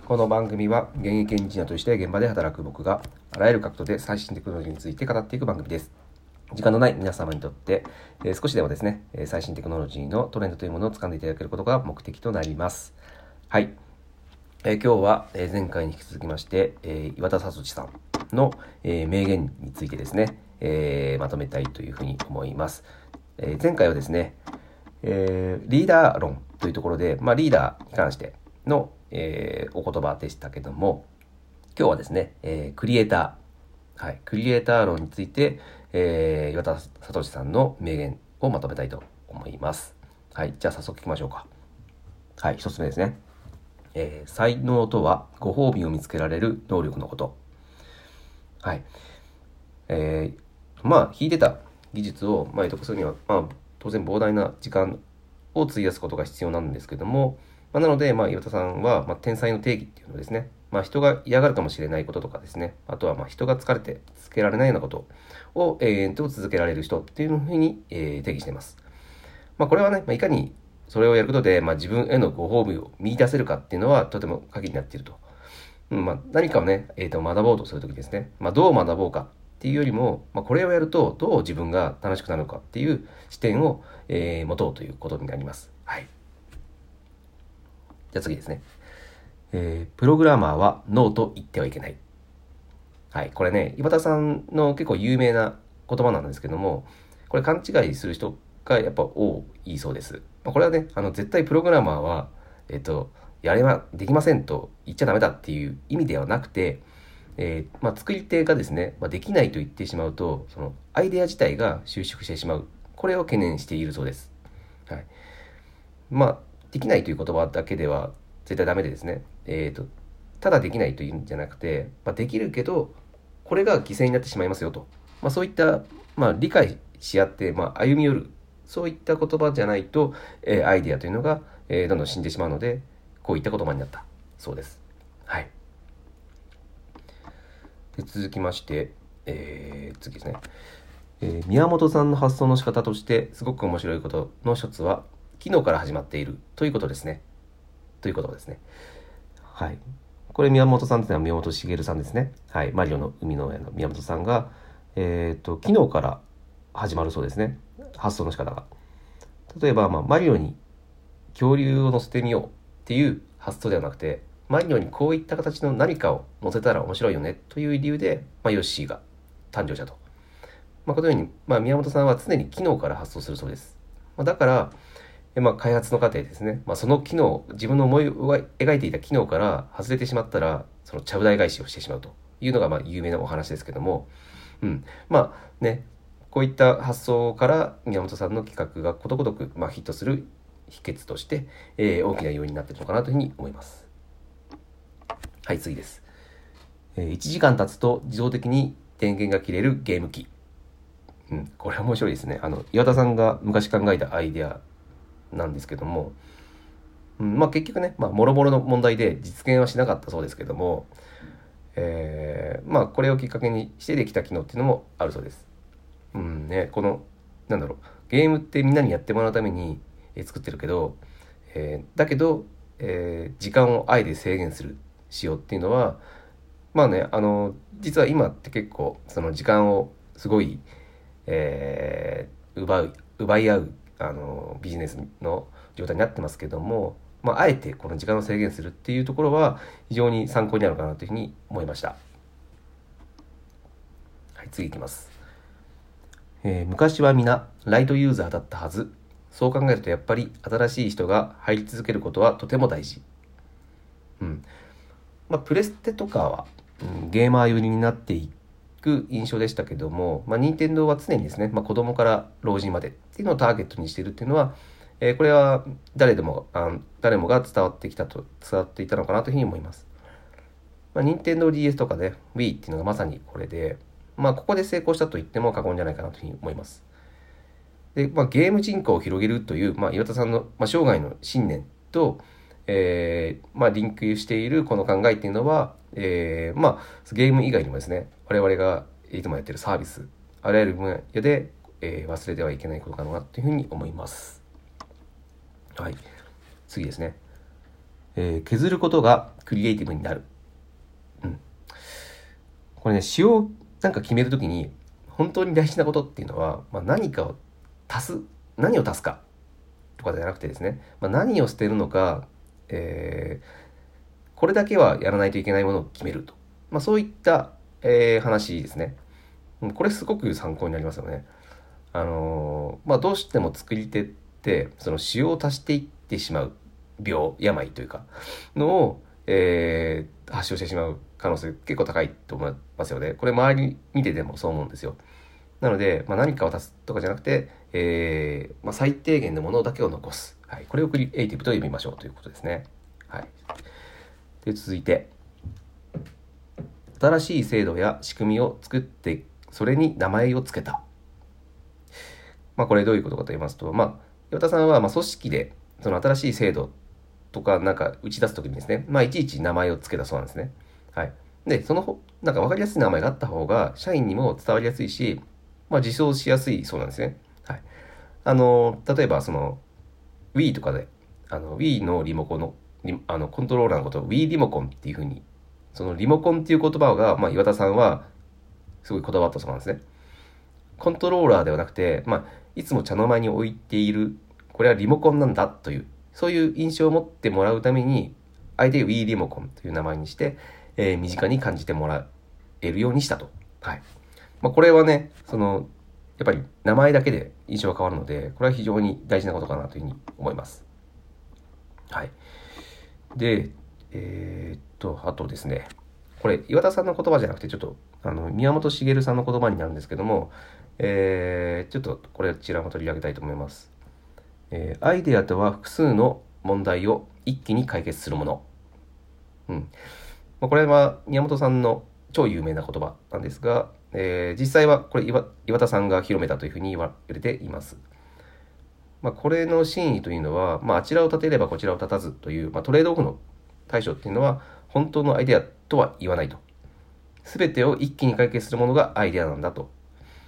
この番組は現役エンジニアとして現場で働く僕があらゆる角度で最新テクノロジーについて語っていく番組です。時間のない皆様にとって、少しでもですね、最新テクノロジーのトレンドというものを掴んでいただけることが目的となります。はい。今日は前回に引き続きまして、岩田聡さんの名言についてですね、まとめたいというふうに思います。前回はですね、リーダー論というところで、リーダーに関しての、お言葉でしたけども、今日はですね、クリエイター論について、岩田聡さんの名言をまとめたいと思います。はい、じゃあ早速聞きましょうか。はい、一つ目ですね。才能とはご褒美を見つけられる能力のこと。はい。弾いてた技術を得得するには、当然膨大な時間を費やすことが必要なんですけども、なので、岩田さんは、天才の定義っていうのをですね、人が嫌がるかもしれないこととかですね、あとは人が疲れて続けられないようなことを永遠と続けられる人っていうふうに、定義しています。これはね、いかにそれをやることで、自分へのご褒美を見出せるかっていうのはとても鍵になっていると。何かをね、学ぼうとするときですね、どう学ぼうかっていうよりも、これをやるとどう自分が楽しくなるのかっていう視点を、持とうということになります。はい。じゃあ次ですね。プログラマーはノーと言ってはいけない。はい。これね、岩田さんの結構有名な言葉なんですけども、これ勘違いする人がやっぱ多いそうです。これはね、絶対プログラマーは、できませんと言っちゃダメだっていう意味ではなくて、作り手がですね、できないと言ってしまうと、そのアイデア自体が収縮してしまう。これを懸念しているそうです。はい。できないという言葉だけでは絶対ダメでですね、ただできないというんじゃなくて、できるけど、これが犠牲になってしまいますよと。そういった、理解し合って、歩み寄る、そういった言葉じゃないと、アイデアというのが、どんどん死んでしまうので、こういった言葉になったそうです。はい。で続きまして、次ですね。宮本さんの発想の仕方としてすごく面白いことの一つは、機能から始まっているということですね。ということですね。はい。これ宮本さんというのは宮本茂さんですね。はい。マリオの生みの親の宮本さんが、機能から始まるそうですね。発想の仕方が。例えば、マリオに恐竜を乗せてみようっていう発想ではなくて、マリオにこういった形の何かを乗せたら面白いよねという理由で、ヨッシーが誕生したと。このように、宮本さんは常に機能から発想するそうです。だから、開発の過程ですね、その機能、自分の思い描いていた機能から外れてしまったら、そのちゃぶ台返しをしてしまうというのが有名なお話ですけども、こういった発想から宮本さんの企画がことごとくヒットする秘訣として、大きな要因になっているのかなというふうに思います。はい、次です。1時間経つと自動的に電源が切れるゲーム機。これ面白いですね。岩田さんが昔考えたアイデアなんですけども、結局ね、もろもろの問題で実現はしなかったそうですけども、これをきっかけにしてできた機能っていうのもあるそうです。このゲームってみんなにやってもらうために作ってるけど、だけど、時間をあえて制限しようっていうのは実は今って結構その時間をすごい、奪い合うビジネスの状態になってますけども、あえてこの時間を制限するっていうところは非常に参考になるかなというふうに思いました。はい、次いきます。昔は皆ライトユーザーだったはず。そう考えるとやっぱり新しい人が入り続けることはとても大事。プレステとかは、ゲーマー寄りになっていく印象でしたけども、任天堂は常にですね、子供から老人までっていうのをターゲットにしているっていうのは、これは誰もが伝わっていたのかなというふうに思います。任天堂 DS とかね、Wii っていうのがまさにこれで、ここで成功したと言っても過言じゃないかなというふうに思います。で、ゲーム人口を広げるという、岩田さんの、生涯の信念と、リンクしているこの考えっていうのは、ゲーム以外にもですね、我々がいつもやっているサービス、あらゆる分野で、忘れてはいけないことかなというふうに思います。はい。次ですね。 削ることがクリエイティブになる。これね、詩をなんか決めるときに、本当に大事なことっていうのは、何を足すかとかじゃなくてですね、何を捨てるのか、これだけはやらないといけないものを決めると。そういった、話ですね。これすごく参考になりますよね。どうしても作り手って、その詩を足していってしまう病というか、のを、発症してしまう可能性結構高いと思いますよね。これ周り見ててもそう思うんですよ。なので、何かを足すとかじゃなくて、最低限のものだけを残す。はい。これをクリエイティブと呼びましょうということですね。はい。で、続いて、新しい制度や仕組みを作って、それに名前を付けた。これどういうことかと言いますと、岩田さんは組織でその新しい制度とかなんか打ち出すときにですね、いちいち名前を付けたそうなんですね。はい。で、なんか分かりやすい名前があった方が、社員にも伝わりやすいし、実装しやすいそうなんですね。はい。例えばWii とかで、Wii のリモコンの、コントローラーのことを Wii リモコンっていう風に、そのリモコンっていう言葉が、岩田さんはすごいこだわったそうなんですね。コントローラーではなくて、いつも茶の間に置いている、これはリモコンなんだという、そういう印象を持ってもらうために、あえて Wii リモコンという名前にして、身近に感じてもらえるようにしたと。はい。これはね、やっぱり名前だけで印象が変わるので、これは非常に大事なことかなというふうに思います。はい。で、あとですね、これ岩田さんの言葉じゃなくて、ちょっと宮本茂さんの言葉になるんですけども、ちょっとこれちらも取り上げたいと思います。アイデアとは複数の問題を一気に解決するもの。これは宮本さんの超有名な言葉なんですが、実際はこれ岩田さんが広めたというふうに言われています。これの真意というのは、あちらを立てればこちらを立たずという、トレードオフの対処っていうのは本当のアイデアとは言わないと。すべてを一気に解決するものがアイデアなんだと。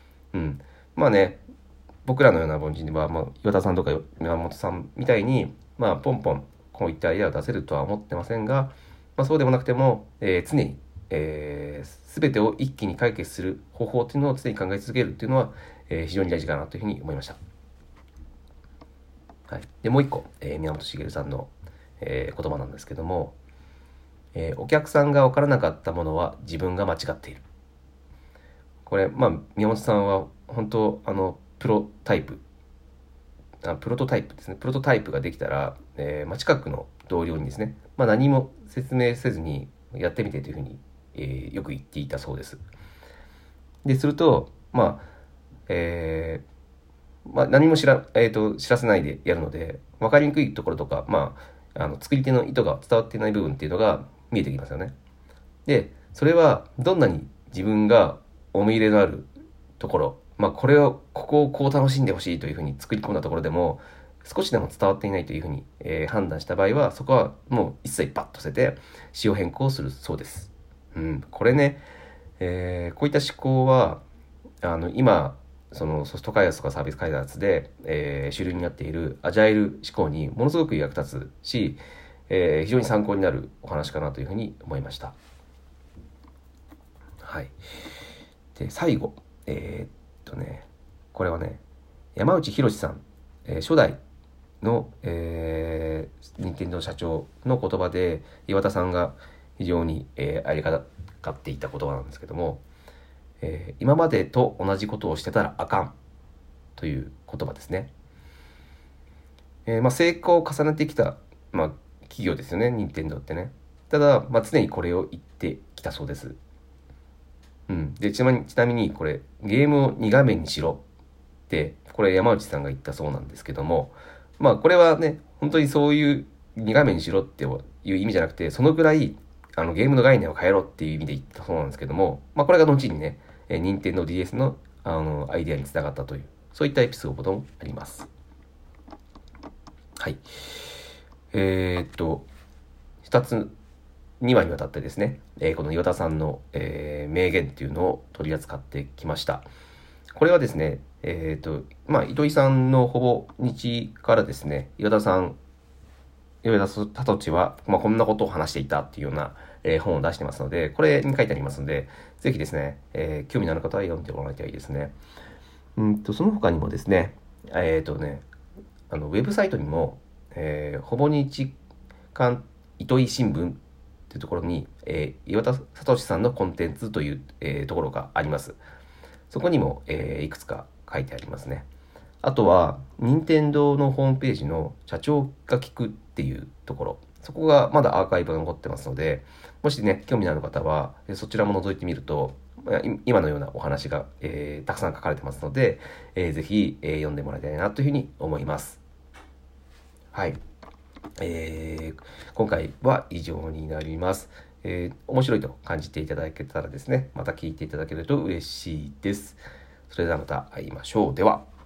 僕らのような凡人は、岩田さんとか山本さんみたいに、ポンポンこういったアイデアを出せるとは思ってませんが、そうでもなくても、常に、すべてを一気に解決する方法っていうのを常に考え続けるっていうのは、非常に大事かなというふうに思いました。はい。で、もう一個、宮本茂さんの、言葉なんですけども、お客さんが分からなかったものは自分が間違っている。これ、宮本さんは本当、プロトタイプですね。プロトタイプができたら、近くの同僚にですね、何も説明せずにやってみてというふうに、よく言っていたそうです。で、すると、何も知らせないでやるので、分かりにくいところとか、作り手の意図が伝わっていない部分っていうのが見えてきますよね。で、それはどんなに自分が思い入れのあるところ、ここをこう楽しんでほしいというふうに作り込んだところでも、少しでも伝わっていないというふうに、判断した場合は、そこはもう一切パッと捨てて、仕様変更するそうです。これね、こういった思考は、今、そのソフト開発とかサービス開発で、主流になっているアジャイル思考にものすごく役立つし、非常に参考になるお話かなというふうに思いました。はい。で、最後、これはね、山内博さん、初代の、任天堂社長の言葉で、岩田さんが非常に、ありがかっていた言葉なんですけども、今までと同じことをしてたらあかんという言葉ですね。成功を重ねてきた、企業ですよね、任天堂ってね。ただ、常にこれを言ってきたそうです。で、ちなみにこれ、ゲームを2画面にしろって、これ山内さんが言ったそうなんですけども、これはね、本当にそういう2画面にしろっていう意味じゃなくて、そのぐらい、ゲームの概念を変えろっていう意味で言ったそうなんですけども、これが後にね、任天堂 DS の、アイデアにつながったという、そういったエピソードもあります。はい。2つ、2話にわたってですね、この岩田さんの、名言っていうのを取り扱ってきました。これはですね、糸井さんのほぼ日からですね、岩田さん岩田聡地は、こんなことを話していたっていうような、本を出してますので、これに書いてありますので、ぜひですね、興味のある方は読んでもらいたいですね。その他にもですね、ウェブサイトにも、ほぼ日刊糸井新聞っていうところに、岩田聡さんのコンテンツという、ところがあります。そこにも、いくつか書いてありますね。あとは、任天堂のホームページの社長が聞くっていうところ、そこがまだアーカイブが残ってますので、もしね、興味のある方は、そちらも覗いてみると、今のようなお話が、たくさん書かれてますので、ぜひ、読んでもらいたいなというふうに思います。はい。今回は以上になります。面白いと感じていただけたらですね、また聞いていただけると嬉しいです。それではまた会いましょう。では。